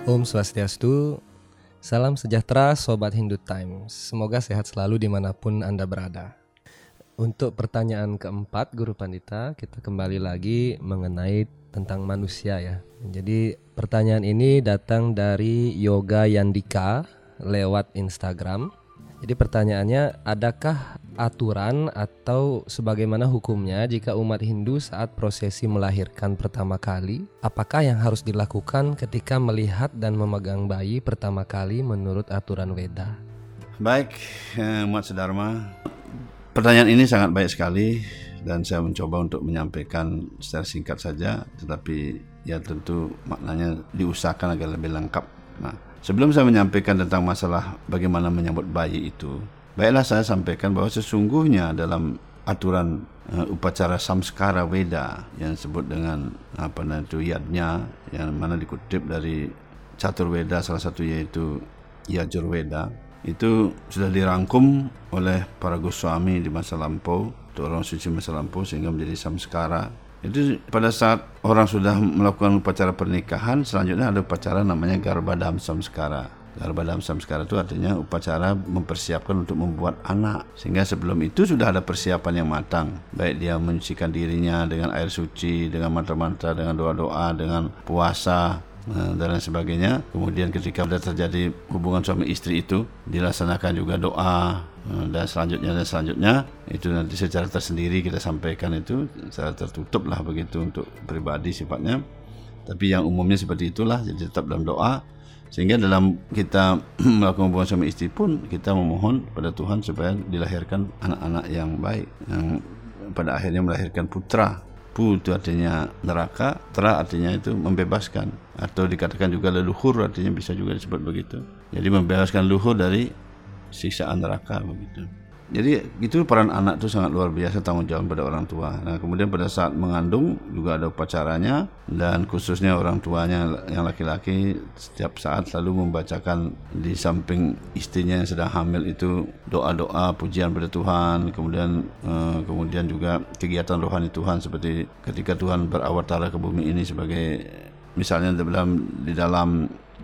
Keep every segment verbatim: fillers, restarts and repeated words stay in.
Om Swastiastu, salam sejahtera Sobat Hindu Times. Semoga sehat selalu dimanapun Anda berada. Untuk pertanyaan keempat, Guru Pandita, kita kembali lagi mengenai tentang manusia ya. Jadi pertanyaan ini datang dari Yoga Yandika lewat Instagram. Jadi pertanyaannya, adakah aturan atau sebagaimana hukumnya jika umat Hindu saat prosesi melahirkan pertama kali, apakah yang harus dilakukan ketika melihat dan memegang bayi pertama kali menurut aturan Weda? Baik, eh, Umat Sedharma, pertanyaan ini sangat baik sekali dan saya mencoba untuk menyampaikan secara singkat saja, tetapi ya tentu maknanya diusahakan agar lebih lengkap. Nah, sebelum saya menyampaikan tentang masalah bagaimana menyambut bayi itu, baiklah saya sampaikan bahwa sesungguhnya dalam aturan uh, upacara samskara Weda yang disebut dengan apa namanya itu yadnya, yang mana dikutip dari Catur Weda, salah satu yaitu Yajur Weda, itu sudah dirangkum oleh para Goswami di masa lampau, untuk orang suci masa lampau, sehingga menjadi samskara. Itu pada saat orang sudah melakukan upacara pernikahan, selanjutnya ada upacara namanya Garbhadam Samskara. Garbhadam Samskara itu artinya upacara mempersiapkan untuk membuat anak. Sehingga sebelum itu sudah ada persiapan yang matang. Baik dia menyucikan dirinya dengan air suci, dengan mantra-mantra, dengan doa-doa, dengan puasa, dan lain sebagainya. Kemudian ketika sudah terjadi hubungan suami istri itu, dilaksanakan juga doa, dan selanjutnya dan selanjutnya itu nanti secara tersendiri kita sampaikan, itu secara tertutup lah begitu untuk pribadi sifatnya, tapi yang umumnya seperti itulah. Jadi tetap dalam doa, sehingga dalam kita melakukan hubungan suami istri pun kita memohon pada Tuhan supaya dilahirkan anak-anak yang baik, yang pada akhirnya melahirkan putra. Pu itu artinya neraka, tra artinya itu membebaskan, atau dikatakan juga leluhur, artinya bisa juga disebut begitu. Jadi membebaskan leluhur dari siksaan neraka begitu. Jadi itu peran anak itu sangat luar biasa, tanggung jawab pada orang tua. Nah, kemudian pada saat mengandung juga ada upacaranya, dan khususnya orang tuanya yang laki-laki setiap saat selalu membacakan di samping istrinya yang sedang hamil itu doa-doa pujian pada Tuhan. Kemudian eh, kemudian juga kegiatan rohani Tuhan, seperti ketika Tuhan berawatara ke bumi ini sebagai, misalnya dalam di dalam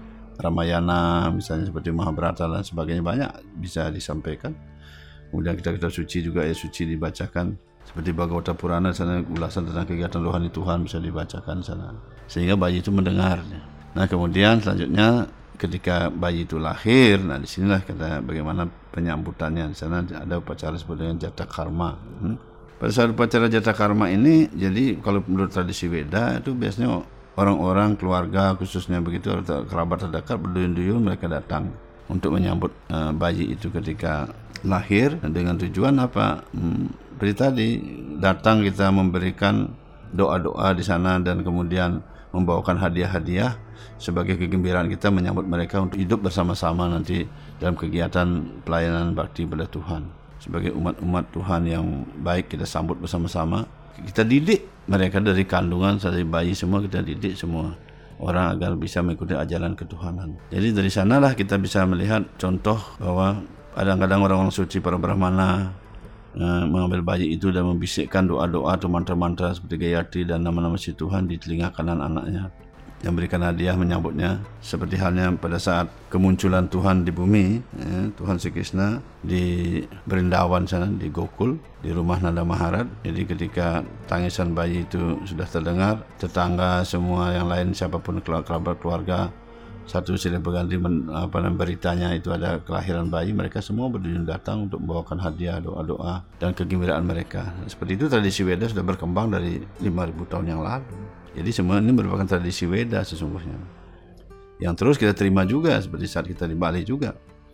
Ramayana, misalnya seperti Mahabharata dan sebagainya, banyak bisa disampaikan. Kemudian kita kita suci juga, ayat suci dibacakan, seperti Bhagavata Purana sana, ulasan tentang kegiatan rohani Tuhan bisa dibacakan sana, sehingga bayi itu mendengar. Nah, kemudian selanjutnya ketika bayi itu lahir, nah disinilah kita bagaimana penyambutannya. Di sana ada upacara disebut dengan Jata Karma. Hmm? Pada saat upacara Jata Karma ini, jadi kalau menurut tradisi Weda itu biasanya orang-orang keluarga khususnya begitu, kerabat terdekat berduyun-duyun mereka datang untuk menyambut uh, bayi itu ketika lahir, dengan tujuan apa? Hmm, seperti tadi, datang kita memberikan doa-doa di sana, dan kemudian membawakan hadiah-hadiah sebagai kegembiraan kita menyambut mereka untuk hidup bersama-sama nanti dalam kegiatan pelayanan bakti pada Tuhan. Sebagai umat-umat Tuhan yang baik, kita sambut bersama-sama. Kita didik mereka dari kandungan, dari bayi semua kita didik semua orang agar bisa mengikuti ajaran ketuhanan. Jadi dari sanalah kita bisa melihat contoh bahwa kadang-kadang orang-orang suci, para brahmana eh, mengambil bayi itu dan membisikkan doa-doa atau mantra-mantra seperti Gayatri dan nama-nama si Tuhan di telinga kanan anaknya, dan berikan hadiah menyambutnya. Seperti halnya pada saat kemunculan Tuhan di bumi, eh, Tuhan Sri Krishna di Brindawan sana, di Gokul, di rumah Nanda Maharaj. Jadi ketika tangisan bayi itu sudah terdengar, tetangga semua yang lain, siapapun kerabat keluarga, satu silih berganti men, apa namanya, beritanya itu ada kelahiran bayi, mereka semua berduyun datang untuk membawakan hadiah, doa-doa, dan kegembiraan mereka. Seperti itu tradisi Weda sudah berkembang dari lima ribu tahun yang lalu. Jadi semua ini merupakan tradisi Weda sesungguhnya, yang terus kita terima juga. Seperti saat kita di Bali juga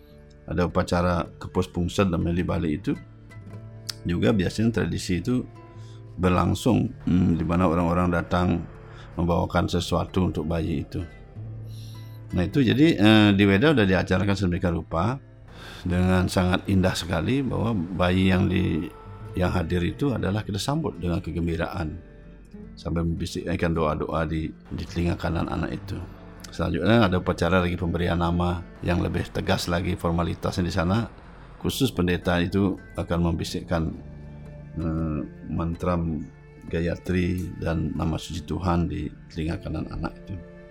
ada upacara Kepos Pungset namanya di Bali, itu juga biasanya tradisi itu berlangsung, hmm, di mana orang-orang datang membawakan sesuatu untuk bayi itu. Nah itu jadi eh, di Weda sudah diajarkan sedemikian rupa dengan sangat indah sekali, bahwa bayi yang di yang hadir itu adalah kita sambut dengan kegembiraan sampai membisikkan doa-doa di di telinga kanan anak itu. Selanjutnya ada upacara lagi pemberian nama yang lebih tegas lagi formalitasnya di sana. Khusus pendeta itu akan membisikkan eh, mantra Gayatri dan nama suci Tuhan di telinga kanan anak itu.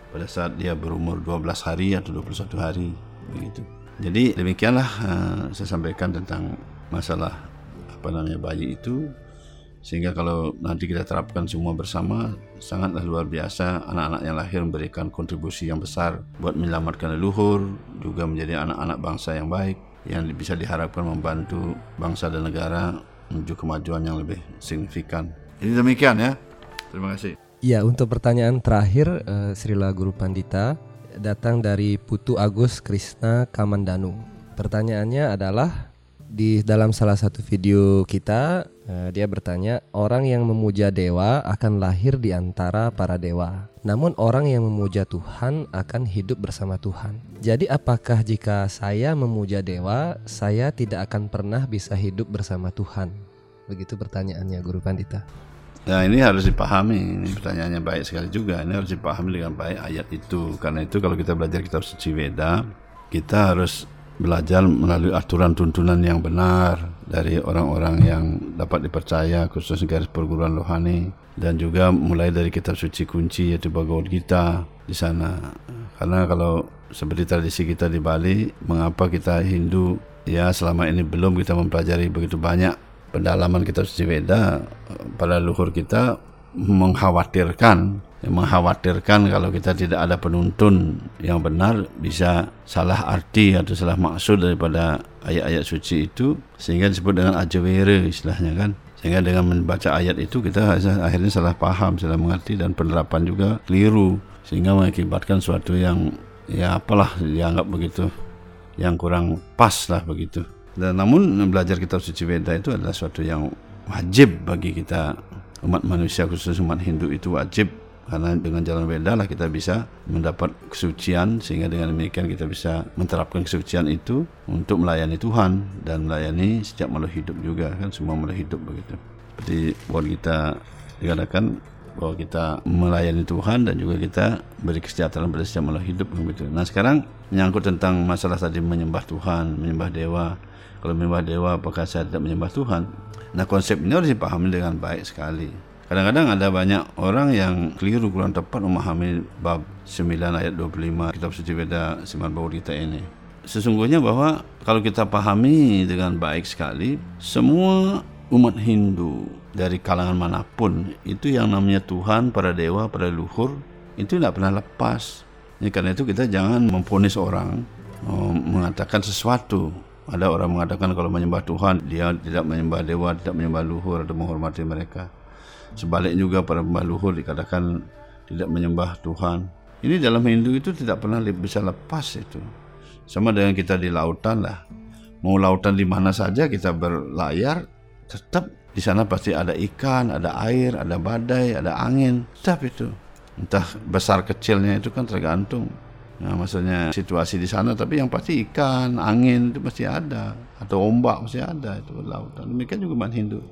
pada saat dia berumur dua belas hari atau dua puluh satu hari begitu. Jadi demikianlah uh, saya sampaikan tentang masalah apa namanya bayi itu, sehingga kalau nanti kita terapkan semua bersama, sangatlah luar biasa. Anak-anak yang lahir memberikan kontribusi yang besar buat menyelamatkan leluhur, juga menjadi anak-anak bangsa yang baik, yang bisa diharapkan membantu bangsa dan negara menuju kemajuan yang lebih signifikan. Jadi demikian ya. Terima kasih. Ya, untuk pertanyaan terakhir, uh, Srila Guru Pandita datang dari Putu Agus Krishna Kamandanu. Pertanyaannya adalah, di dalam salah satu video kita, uh, dia bertanya, orang yang memuja dewa akan lahir di antara para dewa. Namun orang yang memuja Tuhan akan hidup bersama Tuhan. Jadi apakah jika saya memuja dewa, saya tidak akan pernah bisa hidup bersama Tuhan? Begitu pertanyaannya, Guru Pandita. Nah, ini harus dipahami. Ini pertanyaannya baik sekali juga. Ini harus dipahami dengan baik ayat itu. Karena itu kalau kita belajar kitab suci Weda, kita harus belajar melalui aturan tuntunan yang benar dari orang-orang yang dapat dipercaya, khususnya garis perguruan rohani, dan juga mulai dari kitab suci kunci yaitu Bhagavad Gita di sana. Karena kalau seperti tradisi kita di Bali, mengapa kita Hindu ya selama ini belum kita mempelajari begitu banyak pendalaman kitab suci Weda, para leluhur kita mengkhawatirkan, yang mengkhawatirkan kalau kita tidak ada penuntun yang benar, bisa salah arti atau salah maksud daripada ayat-ayat suci itu, sehingga disebut dengan ajawere istilahnya kan. Sehingga dengan membaca ayat itu kita akhirnya salah paham, salah mengerti, dan penerapan juga keliru, sehingga mengakibatkan suatu yang ya apalah dianggap begitu, yang kurang pas lah begitu. Dan namun belajar kitab suci Weda itu adalah suatu yang wajib bagi kita umat manusia, khusus umat Hindu itu wajib, karena dengan jalan Weda lah kita bisa mendapat kesucian, sehingga dengan demikian kita bisa menerapkan kesucian itu untuk melayani Tuhan dan melayani setiap makhluk hidup juga kan, semua makhluk hidup begitu. Seperti buat kita dikatakan bahwa kita melayani Tuhan dan juga kita beri kesejahteraan pada setiap makhluk hidup begitu. Nah, sekarang menyangkut tentang masalah tadi menyembah Tuhan, menyembah dewa. Kalau menyembah dewa, apakah saya tidak menyembah Tuhan? Nah, konsep ini harus dipahami dengan baik sekali. Kadang-kadang ada banyak orang yang keliru, kurang tepat memahami bab sembilan ayat dua puluh lima kitab suci Weda Srimad Bhagavad Gita ini. Sesungguhnya bahwa kalau kita pahami dengan baik sekali, semua umat Hindu dari kalangan manapun itu yang namanya Tuhan, para dewa, para leluhur itu tidak pernah lepas. Ya, karena itu kita jangan memvonis orang oh, mengatakan sesuatu. Ada orang mengatakan kalau menyembah Tuhan, dia tidak menyembah dewa, tidak menyembah leluhur atau menghormati mereka. Sebaliknya juga para penyembah leluhur dikatakan tidak menyembah Tuhan. Ini dalam Hindu itu tidak pernah bisa lepas itu. Sama dengan kita di lautan lah. Mau lautan di mana saja kita berlayar, tetap di sana pasti ada ikan, ada air, ada badai, ada angin. Tetap itu. Entah besar kecilnya itu kan tergantung. Nah, maksudnya situasi di sana, tapi yang pasti ikan, angin itu pasti ada, atau ombak pasti ada itu lautan. Demikian juga umat Hindu.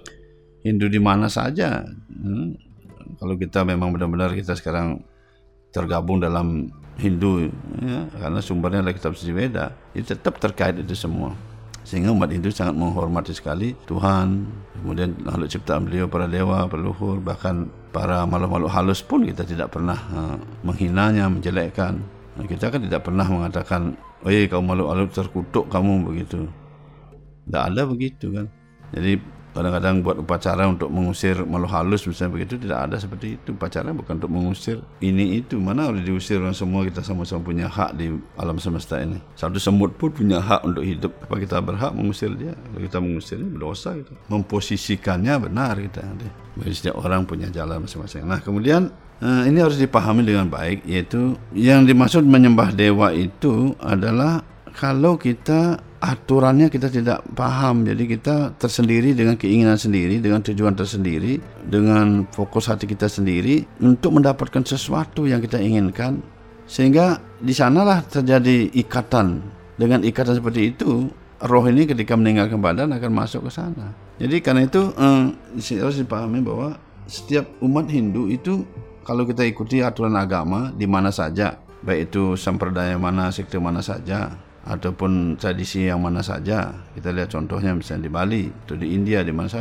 Hindu di mana saja. Hmm, kalau kita memang benar-benar kita sekarang tergabung dalam Hindu, ya, karena sumbernya adalah kitab suci Weda, itu tetap terkait itu semua. Sehingga umat Hindu sangat menghormati sekali Tuhan, kemudian makhluk ciptaan beliau, para dewa, para leluhur, bahkan para makhluk-makhluk halus pun kita tidak pernah uh, menghinanya, menjelekkan. Nah, kita kan tidak pernah mengatakan, oh iya kamu makhluk-makhluk terkutuk kamu begitu. Tidak ada begitu kan. Jadi kadang-kadang buat upacara untuk mengusir makhluk halus misalnya begitu, tidak ada seperti itu. Upacara bukan untuk mengusir ini itu. Mana boleh diusir orang semua, kita sama-sama punya hak di alam semesta ini. Satu semut pun punya hak untuk hidup. Apa kita berhak mengusir dia? Kalau kita mengusirnya berdosa gitu. Memposisikannya benar kita. Bagi setiap orang punya jalan masing-masing. Nah, kemudian Uh, ini harus dipahami dengan baik, yaitu yang dimaksud menyembah dewa itu adalah kalau kita aturannya kita tidak paham, jadi kita tersendiri dengan keinginan sendiri, dengan tujuan tersendiri, dengan fokus hati kita sendiri untuk mendapatkan sesuatu yang kita inginkan, sehingga di sanalah terjadi ikatan. Dengan ikatan seperti itu, roh ini ketika meninggalkan badan akan masuk ke sana. Jadi karena itu uh, harus dipahami bahwa setiap umat Hindu itu kalau kita ikuti aturan agama di mana saja, baik itu sampradaya mana, sekte mana saja, ataupun tradisi yang mana saja, kita lihat contohnya misalnya di Bali, atau di India, di mana saja,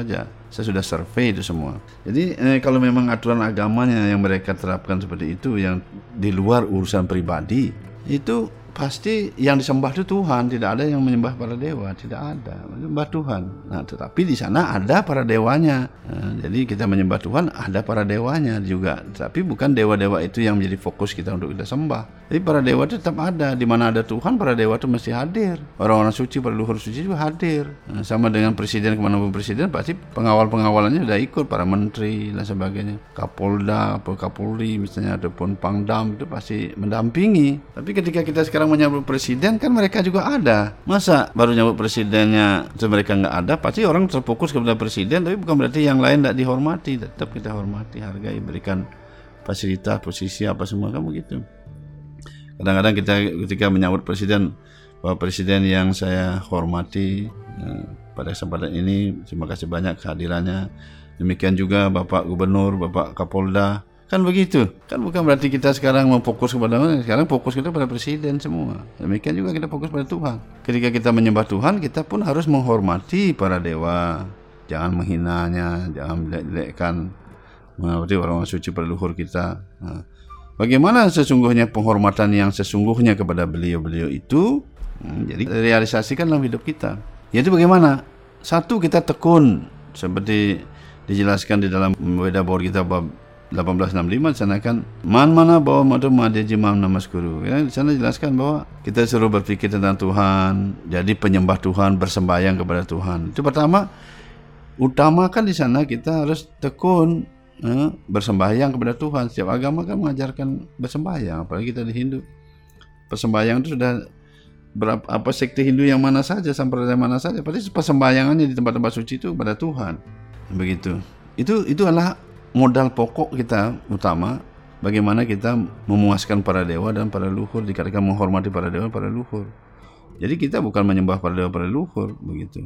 Saya sudah survei itu semua. Jadi eh, kalau memang aturan agamanya yang mereka terapkan seperti itu, yang di luar urusan pribadi, itu pasti yang disembah itu Tuhan. Tidak ada yang menyembah para dewa, tidak ada, menyembah Tuhan. Nah, tetapi di sana ada para dewanya. Nah, jadi kita menyembah Tuhan, ada para dewanya juga. Tapi bukan dewa-dewa itu yang menjadi fokus kita untuk kita sembah. Jadi para dewa itu tetap ada. Di mana ada Tuhan, para dewa itu mesti hadir. Orang-orang suci, para leluhur suci juga hadir. Nah, sama dengan presiden, kemanapun presiden, pasti pengawal-pengawalannya sudah ikut, para menteri dan sebagainya. Kapolda, Kapolri misalnya, ataupun Pangdam itu pasti mendampingi. Tapi ketika kita sekarang menyambut presiden, kan mereka juga ada. Masa baru nyambut presidennya terus mereka nggak ada? Pasti orang terfokus kepada presiden, tapi bukan berarti yang lain tidak dihormati. Tetap kita hormati, hargai, berikan fasilitas, posisi apa semua, kan begitu. Kadang-kadang kita ketika menyambut presiden, Bapak Presiden yang saya hormati, eh, pada kesempatan ini terima kasih banyak kehadirannya. Demikian juga Bapak Gubernur, Bapak Kapolda. Kan begitu. Kan bukan berarti kita sekarang memfokus kepada mana, sekarang fokus kita pada presiden semua. Demikian juga kita fokus pada Tuhan. Ketika kita menyembah Tuhan, kita pun harus menghormati para dewa. Jangan menghinanya, jangan menjelek-jelekkan, menghormati orang-orang suci leluhur kita. Nah, bagaimana sesungguhnya penghormatan yang sesungguhnya kepada beliau-beliau itu? Hmm, jadi realisasikan dalam hidup kita. Yaitu bagaimana? Satu, kita tekun seperti dijelaskan di dalam Weda Bor kita bab delapan belas enam puluh lima. Di sana kan man mana bawa madu madeji mam namaskuru, ya. Di sana jelaskan bahwa kita suruh berpikir tentang Tuhan, jadi penyembah Tuhan, bersembahyang kepada Tuhan. Itu pertama, utamakan di sana kita harus tekun eh, bersembahyang kepada Tuhan. Setiap agama kan mengajarkan bersembahyang, apalagi kita di Hindu. Persembahyang itu sudah berapa apa sekte Hindu yang mana saja, sampradaya mana saja, pasti persembahyangannya di tempat-tempat suci itu kepada Tuhan. Begitu. Itu itu adalah modal pokok kita utama, bagaimana kita memuaskan para dewa dan para leluhur, dikatakan menghormati para dewa dan para leluhur. Jadi kita bukan menyembah para dewa dan para leluhur begitu,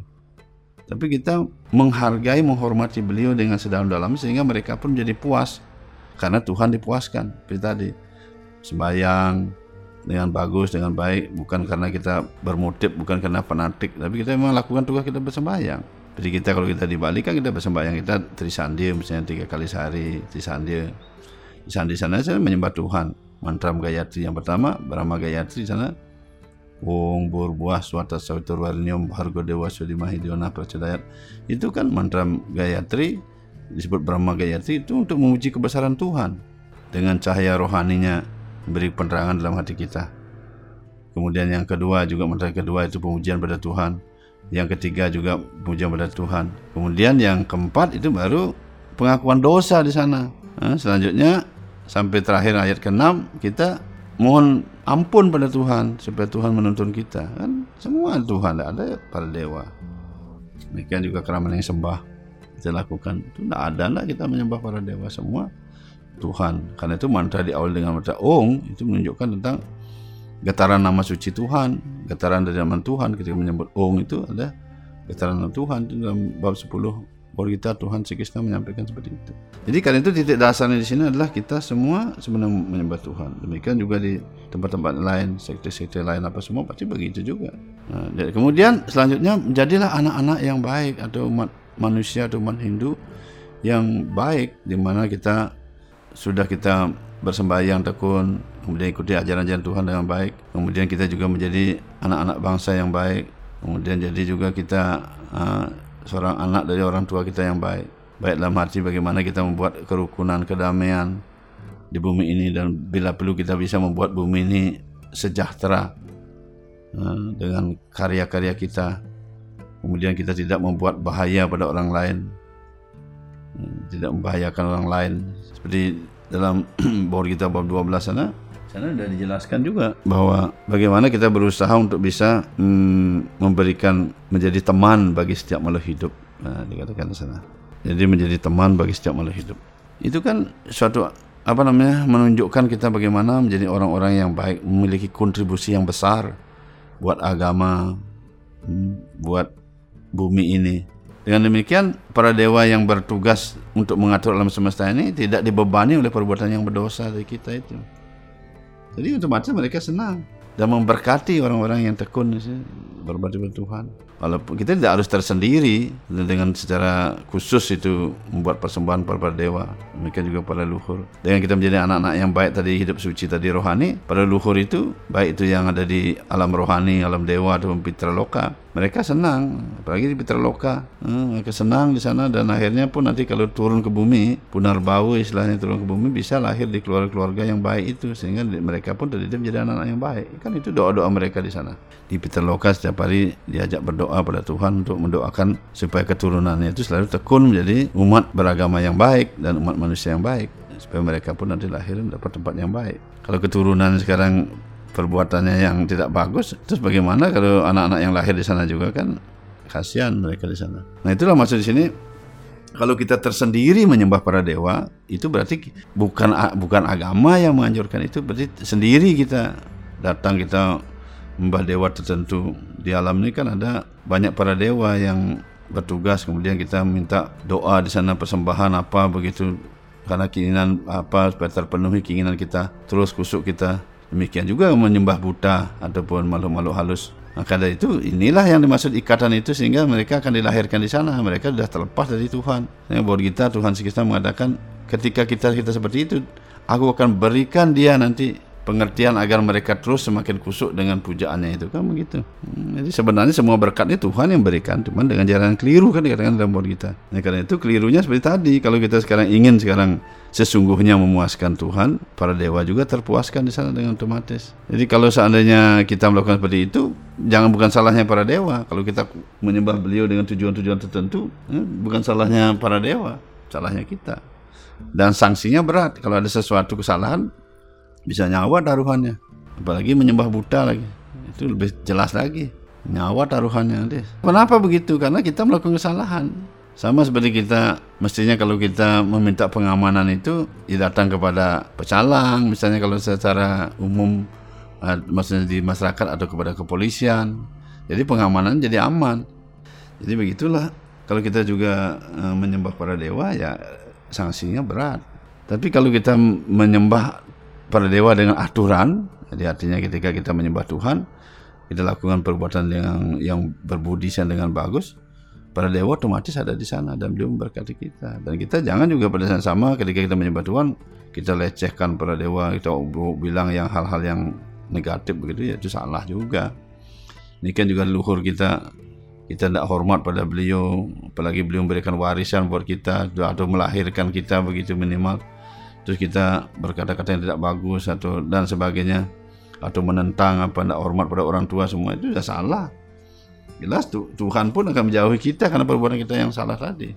tapi kita menghargai, menghormati beliau dengan sedalam-dalam sehingga mereka pun menjadi puas karena Tuhan dipuaskan. Seperti tadi, sembahyang dengan bagus, dengan baik, bukan karena kita bermotif, bukan karena fanatik, tapi kita memang lakukan tugas kita bersembahyang. Jadi kita kalau kita di Bali kan kita bersembahyang, kita Trisandya misalnya tiga kali sehari, Trisandya. Di sana di sana saya menyembah Tuhan. Mantra Gayatri yang pertama, Brahma Gayatri di sana. Om Burbuah Swata Sawitur Warnium Hargo Dewa Sudimahi Diona Pracedayat. Itu kan mantra Gayatri, disebut Brahma Gayatri, itu untuk memuji kebesaran Tuhan. Dengan cahaya rohaninya beri penerangan dalam hati kita. Kemudian yang kedua juga mantra kedua itu pemujian pada Tuhan. Yang ketiga juga pujian pada Tuhan. Kemudian yang keempat itu baru pengakuan dosa di sana. Nah, selanjutnya sampai terakhir ayat keenam kita mohon ampun pada Tuhan supaya Tuhan menuntun kita. Kan semua Tuhan, tidak ada para dewa. Demikian juga keramat yang sembah kita lakukan. Itu tidak ada lah kita menyembah para dewa, semua Tuhan. Karena itu mantra diawali dengan mantra Om itu menunjukkan tentang getaran nama suci Tuhan, getaran dari nama Tuhan. Ketika menyebut Om itu ada getaran nama Tuhan. Itu dalam bab sepuluh Bor kita Tuhan Sri Krishna menyampaikan seperti itu. Jadi karena itu titik dasarnya di sini adalah kita semua sebenarnya menyembah Tuhan. Demikian juga di tempat-tempat lain, sekte-sekte lain apa semua pasti begitu juga. Nah, jadi kemudian selanjutnya menjadilah anak-anak yang baik atau umat manusia atau umat Hindu yang baik, di mana kita sudah kita bersembahyang tekun, kemudian ikuti ajaran-ajaran Tuhan dengan baik, kemudian kita juga menjadi anak-anak bangsa yang baik, kemudian jadi juga kita uh, seorang anak dari orang tua kita yang baik, baik dalam arti bagaimana kita membuat kerukunan, kedamaian di bumi ini, dan bila perlu kita bisa membuat bumi ini sejahtera uh, dengan karya-karya kita, kemudian kita tidak membuat bahaya pada orang lain, uh, tidak membahayakan orang lain, seperti dalam Bor kita bab dua belas sana, sana sudah dijelaskan juga bahwa bagaimana kita berusaha untuk bisa hmm, memberikan, menjadi teman bagi setiap makhluk hidup. Nah, dikatakan di sana. Jadi menjadi teman bagi setiap makhluk hidup. Itu kan suatu apa namanya menunjukkan kita bagaimana menjadi orang-orang yang baik, memiliki kontribusi yang besar buat agama, hmm, buat bumi ini. Dengan demikian, para dewa yang bertugas untuk mengatur alam semesta ini tidak dibebani oleh perbuatan yang berdosa dari kita itu. Jadi otomatis mereka senang dan memberkati orang-orang yang tekun berbakti kepada Tuhan. Walaupun kita tidak harus tersendiri dengan secara khusus itu membuat persembahan kepada dewa, demikian juga pada leluhur. Dengan kita menjadi anak-anak yang baik tadi, hidup suci tadi, rohani, pada leluhur itu, baik itu yang ada di alam rohani, alam dewa atau pitra loka, mereka senang, apalagi di pitra loka, hmm, mereka senang di sana, dan akhirnya pun nanti kalau turun ke bumi, punar bau istilahnya turun ke bumi, bisa lahir di keluarga-keluarga yang baik itu, sehingga mereka pun terdidik menjadi anak-anak yang baik. Kan itu doa-doa mereka di sana. Di pitra loka setiap hari diajak berdoa pada Tuhan untuk mendoakan supaya keturunannya itu selalu tekun menjadi umat beragama yang baik dan umat manusia yang baik, supaya mereka pun nanti lahir mendapat tempat yang baik. Kalau keturunan sekarang perbuatannya yang tidak bagus, terus bagaimana kalau anak-anak yang lahir di sana juga, kan kasihan mereka di sana. Nah, itulah maksud di sini. Kalau kita tersendiri menyembah para dewa, itu berarti bukan bukan agama yang menganjurkan, itu berarti sendiri kita datang, kita menyembah dewa tertentu. Di alam ini kan ada banyak para dewa yang bertugas, kemudian kita minta doa di sana, persembahan apa begitu, karena keinginan apa supaya terpenuhi keinginan kita, terus kusuk kita. Demikian juga menyembah buta ataupun makhluk-makhluk halus. Maka dari itu, inilah yang dimaksud ikatan itu, sehingga mereka akan dilahirkan di sana. Mereka sudah terlepas dari Tuhan. Sehingga buat kita, Tuhan kita mengatakan, ketika kita kita seperti itu, aku akan berikan dia nanti pengertian agar mereka terus semakin kusuk dengan pujaannya itu, kan begitu. Hmm, jadi sebenarnya semua berkatnya Tuhan yang berikan, cuman dengan jalan keliru kan dikatakan dalam buat kita. Nah, karena itu kelirunya seperti tadi, kalau kita sekarang ingin sekarang sesungguhnya memuaskan Tuhan, para dewa juga terpuaskan di sana dengan otomatis. Jadi kalau seandainya kita melakukan seperti itu, jangan bukan salahnya para dewa. Kalau kita menyembah beliau dengan tujuan-tujuan tertentu, eh, bukan salahnya para dewa, salahnya kita. Dan sanksinya berat. Kalau ada sesuatu kesalahan, bisa nyawa taruhannya. Apalagi menyembah buta lagi, itu lebih jelas lagi, nyawa taruhannya. Kenapa begitu? Karena kita melakukan kesalahan. Sama seperti kita, mestinya kalau kita meminta pengamanan itu, ya datang kepada pecalang, misalnya kalau secara umum, maksudnya di masyarakat, atau kepada kepolisian. Jadi pengamanan jadi aman. Jadi begitulah, kalau kita juga e, menyembah para dewa, ya sanksinya berat. Tapi kalau kita menyembah para dewa dengan aturan, jadi artinya ketika kita menyembah Tuhan, kita lakukan perbuatan yang yang berbudi dengan bagus, para dewa otomatis ada di sana dan beliau memberkati kita. Dan kita jangan juga pada saat sama ketika kita menyembah Tuhan, kita lecehkan para dewa, kita bilang yang hal-hal yang negatif begitu, ya itu salah juga. Ini kan juga leluhur kita, kita tidak hormat pada beliau, apalagi beliau memberikan warisan buat kita atau melahirkan kita begitu minimal. Terus kita berkata-kata yang tidak bagus atau dan sebagainya, atau menentang apa, tidak hormat pada orang tua, semua itu sudah salah. Jelas tuh, Tuhan pun akan menjauhi kita karena perbuatan kita yang salah tadi.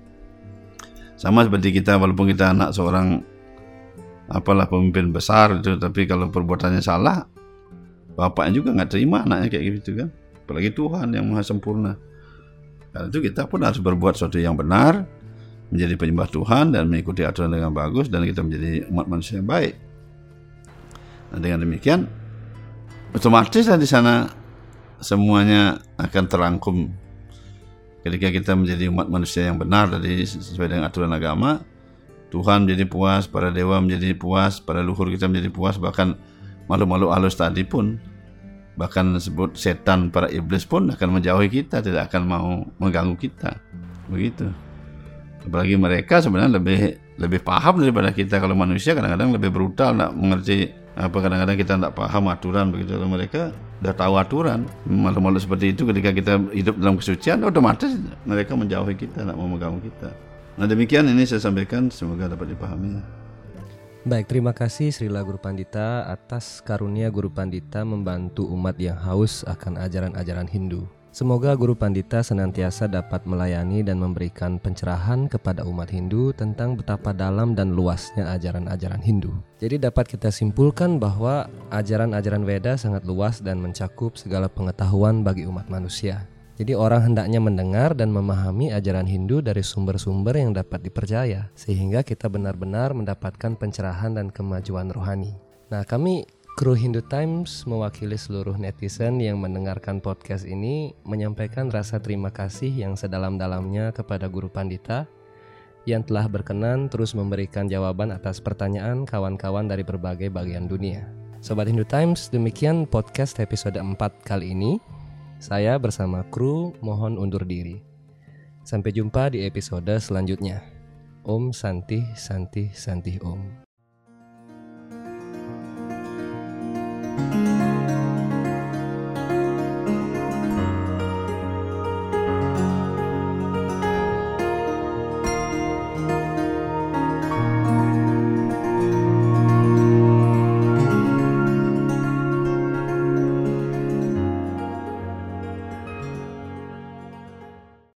Sama seperti kita, walaupun kita anak seorang apalah pemimpin besar itu, tapi kalau perbuatannya salah, bapaknya juga nggak terima anaknya kayak gitu kan. Apalagi Tuhan yang maha sempurna. Karena itu kita pun harus berbuat sesuatu yang benar, menjadi penyembah Tuhan dan mengikuti aturan dengan bagus, dan kita menjadi umat manusia yang baik. Nah, dengan demikian otomatis di sana semuanya akan terangkum. Ketika kita menjadi umat manusia yang benar tadi sesuai dengan aturan agama, Tuhan menjadi puas, para dewa menjadi puas, para leluhur kita menjadi puas, bahkan makhluk-makhluk halus tadi pun, bahkan disebut setan, para iblis pun akan menjauhi kita, tidak akan mau mengganggu kita. Begitu. Apalagi mereka sebenarnya lebih lebih paham daripada kita. Kalau manusia kadang-kadang lebih brutal, tidak mengerti apa, kadang-kadang kita tidak paham aturan begitu. Kalau mereka sudah tahu aturan, makhluk-makhluk seperti itu ketika kita hidup dalam kesucian, otomatis mereka menjauhi kita, tidak mau mengganggu kita. Nah, demikian ini saya sampaikan, semoga dapat dipahami. Baik, terima kasih Srila Guru Pandita atas karunia Guru Pandita membantu umat yang haus akan ajaran-ajaran Hindu. Semoga Guru Pandita senantiasa dapat melayani dan memberikan pencerahan kepada umat Hindu tentang betapa dalam dan luasnya ajaran-ajaran Hindu. Jadi dapat kita simpulkan bahwa ajaran-ajaran Veda sangat luas dan mencakup segala pengetahuan bagi umat manusia. Jadi orang hendaknya mendengar dan memahami ajaran Hindu dari sumber-sumber yang dapat dipercaya, sehingga kita benar-benar mendapatkan pencerahan dan kemajuan rohani. Nah, kami Kru Hindu Times mewakili seluruh netizen yang mendengarkan podcast ini menyampaikan rasa terima kasih yang sedalam-dalamnya kepada Guru Pandita yang telah berkenan terus memberikan jawaban atas pertanyaan kawan-kawan dari berbagai bagian dunia. Sobat Hindu Times, demikian podcast episode empat kali ini. Saya bersama kru mohon undur diri. Sampai jumpa di episode selanjutnya. Om Santi Santi Santi Om.